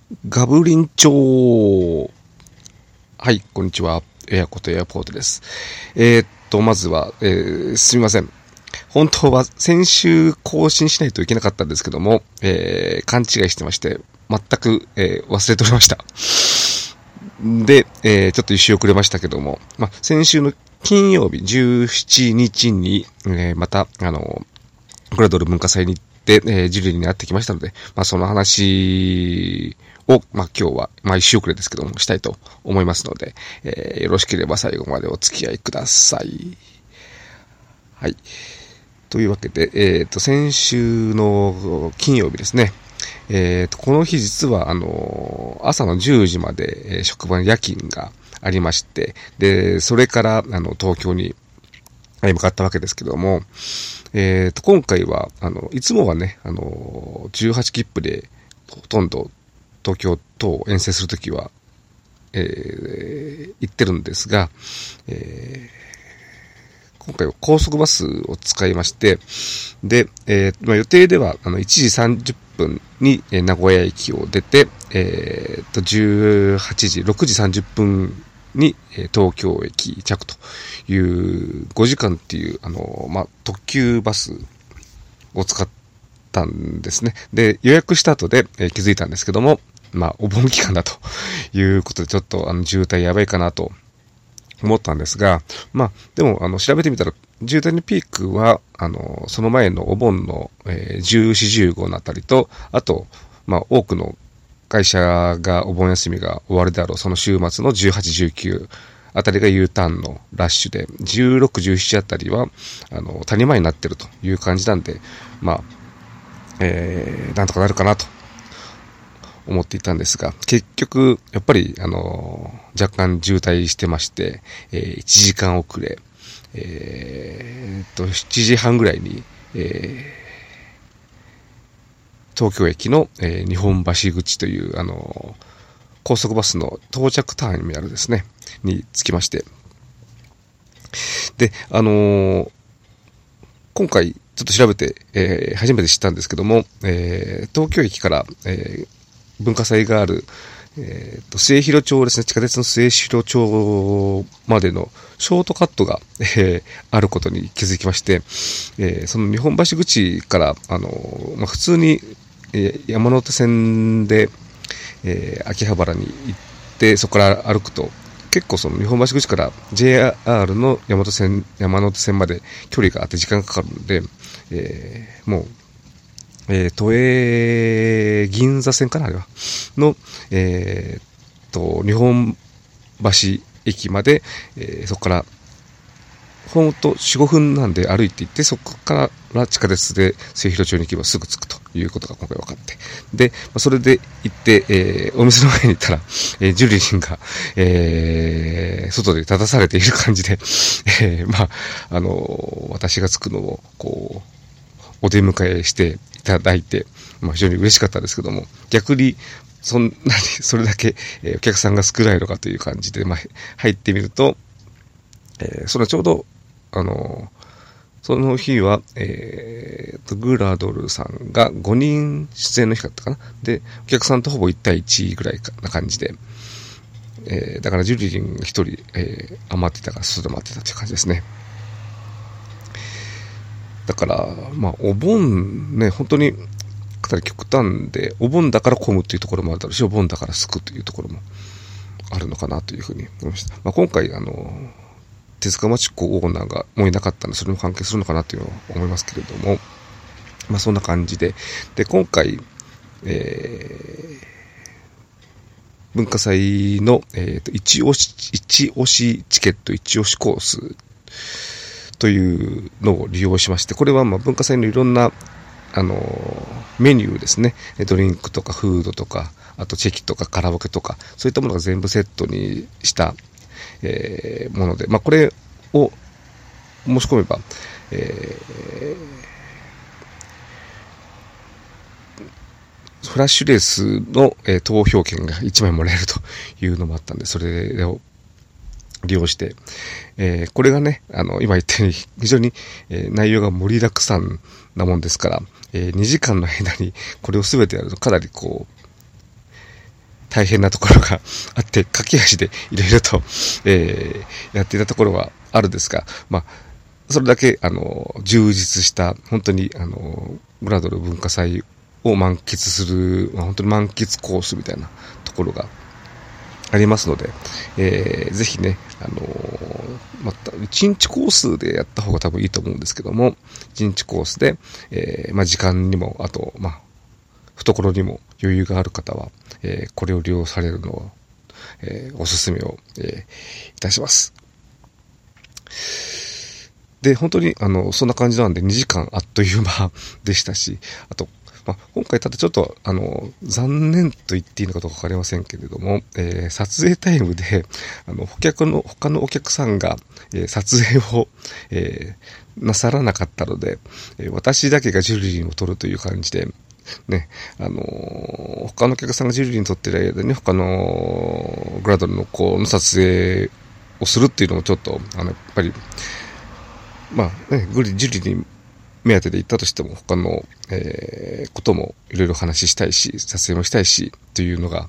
ガブリン町。はい、こんにちは。エアコとエアポートです。まずは、すみません。本当は先週更新しないといけなかったんですけども、勘違いしてまして、全く、忘れておりました。で、ちょっと一周遅れましたけども、先週の金曜日17日に、また、グラドル文化祭に行って、ジュリーに会ってきましたので、その話を、今日は、一周遅れですけども、したいと思いますので、よろしければ最後までお付き合いください。はい。というわけで、先週の金曜日ですね。この日実は、朝の10時まで、職場に夜勤がありまして、で、それから、東京に向かったわけですけども、今回は、いつもはね、18切符で、ほとんど東京等遠征するときは、行ってるんですが、今回は高速バスを使いまして、で、予定では、1時30分に、名古屋駅を出て、6時30分に、東京駅着という5時間っていう、特急バスを使ったんですね。で、予約した後で、気づいたんですけども、お盆期間だということで、ちょっと渋滞やばいかなと思ったんですが、でも、調べてみたら、渋滞のピークは、その前のお盆の、14、15のあたりと、あと、多くの会社がお盆休みが終わるであろう、その週末の18、19あたりが U ターンのラッシュで、16、17あたりは、谷間になってるという感じなんで、なんとかなるかなと思っていたんですが、結局、やっぱり、若干渋滞してまして、1時間遅れ、7時半ぐらいに、東京駅の、日本橋口という、高速バスの到着ターミナルですね、に着きまして。で、今回、ちょっと調べて、初めて知ったんですけども、東京駅から、文化祭がある、末広町ですね、地下鉄の末広町までのショートカットが、あることに気づきまして、その日本橋口から、普通に、山手線で、秋葉原に行って、そこから歩くと、結構その日本橋口から JR の山手線まで距離があって時間かかるので、もう、都営銀座線かなあれはの、日本橋駅まで、そこからほんと4、5分なんで歩いて行って、そこから地下鉄で末広町に行けばすぐ着くということが今回分かって。で、それで行って、お店の前に行ったら、ジュリーが、外で立たされている感じで、私が着くのを、お出迎えしていただいて、非常に嬉しかったですけども、逆に、それだけ、お客さんが少ないのかという感じで、入ってみると、そのちょうど、その日は、グラドルさんが5人出演の日だったかな。で、お客さんとほぼ1対1ぐらいな感じで、だからジュリリンが1人、余ってたから外で待ってたという感じですね。だから、お盆ね、本当に、かなり極端で、お盆だから混むというところもあるだろうし、お盆だからすくというところもあるのかなというふうに思いました。今回、手塚町子オーナーがもういなかったので、それも関係するのかなというのを思いますけれども、そんな感じで、で、今回、文化祭の、一押しチケット、一押しコースというのを利用しまして、これは文化祭のいろんな、メニューですね。ドリンクとかフードとか、あとチェキとかカラオケとか、そういったものが全部セットにした、もので、これを申し込めば、フラッシュレースの、投票権が1枚もらえるというのもあったんで、それを利用して、これがね、今言ったように非常に、内容が盛りだくさんなもんですから、2時間の間にこれを全てやるとかなり大変なところがあって、駆け足でいろいろと、やっていたところはあるんですが、まあ、それだけ、充実した、本当に、グラドル文化祭を満喫する、本当に満喫コースみたいなところがありますので、ぜひね、また、1日コースでやった方が多分いいと思うんですけども、1日コースで、まあ、時間にも、あと、まあ、懐にも余裕がある方は、これを利用されるのを、おすすめを、いたします。で、本当に、そんな感じなんで2時間あっという間でしたし、あと、まあ、今回ただちょっと、残念と言っていいのかどうかわかりませんけれども、撮影タイムで、他のお客さんが、撮影を、なさらなかったので、私だけがジュリーを撮るという感じで、ね、他のお客さんがジュリーに撮ってる間に他のグラドルの子の撮影をするっていうのもちょっと、やっぱり、まあね、ジュリーに目当てで行ったとしても他の、こともいろいろ話したいし、撮影もしたいし、というのが、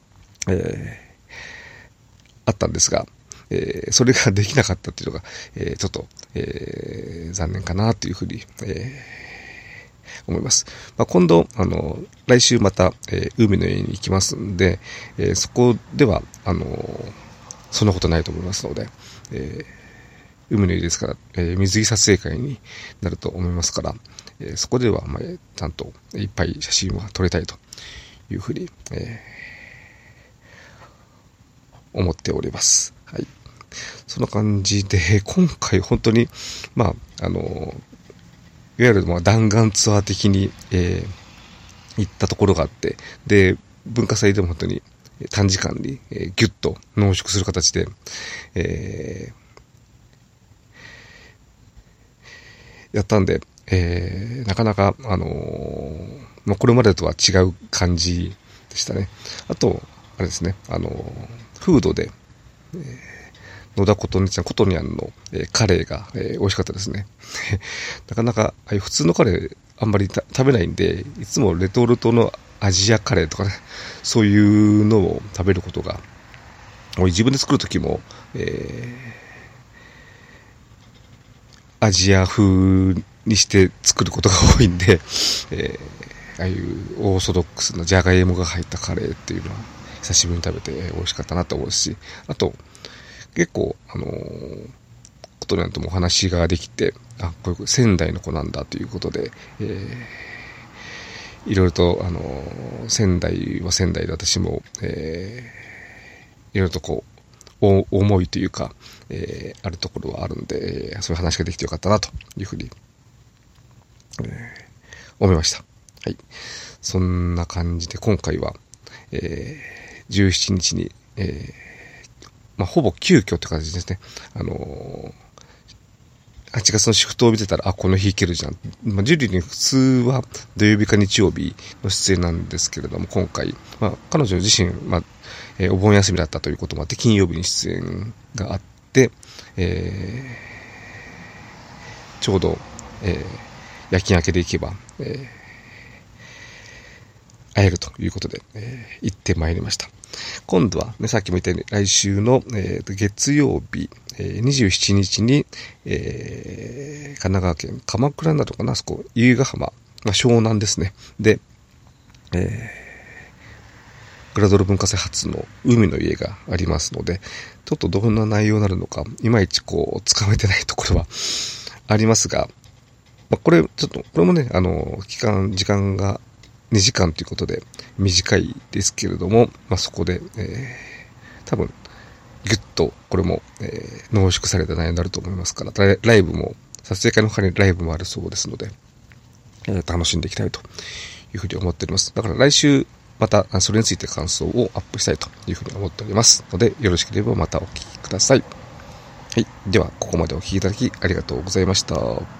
あったんですが、それができなかったっていうのが、ちょっと、残念かなというふうに、思います。まあ、今度、来週また、海の家に行きますんで、そこでは、そんなことないと思いますので、海の家ですから、水着撮影会になると思いますから、そこでは、まあ、ちゃんといっぱい写真は撮れたいというふうに、思っております。はい。そんな感じで、今回本当に、まあ、いわゆるまあ弾丸ツアー的に、行ったところがあって、で、文化祭でも本当に短時間に、ギュッと濃縮する形で、やったんで、なかなか、まあ、これまでとは違う感じでしたね。あと、あれですね、フードで、野田琴音ちゃん、琴音の、カレーが、美味しかったですね。なかなか、普通のカレーあんまり食べないんで、いつもレトルトのアジアカレーとかね、そういうのを食べることが、自分で作るときも、アジア風にして作ることが多いんで、ああいうオーソドックスなジャガイモが入ったカレーっていうのは久しぶりに食べて美味しかったなと思うし、あと結構ことになるともお話ができて、あ、こういう仙台の子なんだということで、いろいろと仙台は仙台で私も、いろいろとこう思いというか、あるところはあるんで、そういう話ができてよかったなというふうに、思いました。はい。そんな感じで今回は、17日に、まあ、ほぼ急遽って感じですね。8月のシフトを見てたら、あ、この日行けるじゃん。まあ、ジュリーに普通は土曜日か日曜日の出演なんですけれども、今回、まあ、彼女自身、まあ、お盆休みだったということもあって、金曜日に出演があって、ちょうど、夜勤明けで行けば、会えるということで、行ってまいりました。今度はね、さっきも言ったように来週の、月曜日、27日に、神奈川県鎌倉などかな、そこ、由比ヶ浜、まあ、湘南ですね。で、グラドル文化祭初の海の家がありますので、ちょっとどんな内容になるのか、いまいちこう、つかめてないところはありますが、まあ、これもね、時間が2時間ということで短いですけれども、まあ、そこで、多分、ぎゅっとこれも、濃縮された内容になると思いますから、ライブも、撮影会の他にライブもあるそうですので、楽しんでいきたいというふうに思っております。だから来週、またそれについて感想をアップしたいというふうに思っておりますので、よろしければまたお聞きください。はい。では、ここまでお聞きいただきありがとうございました。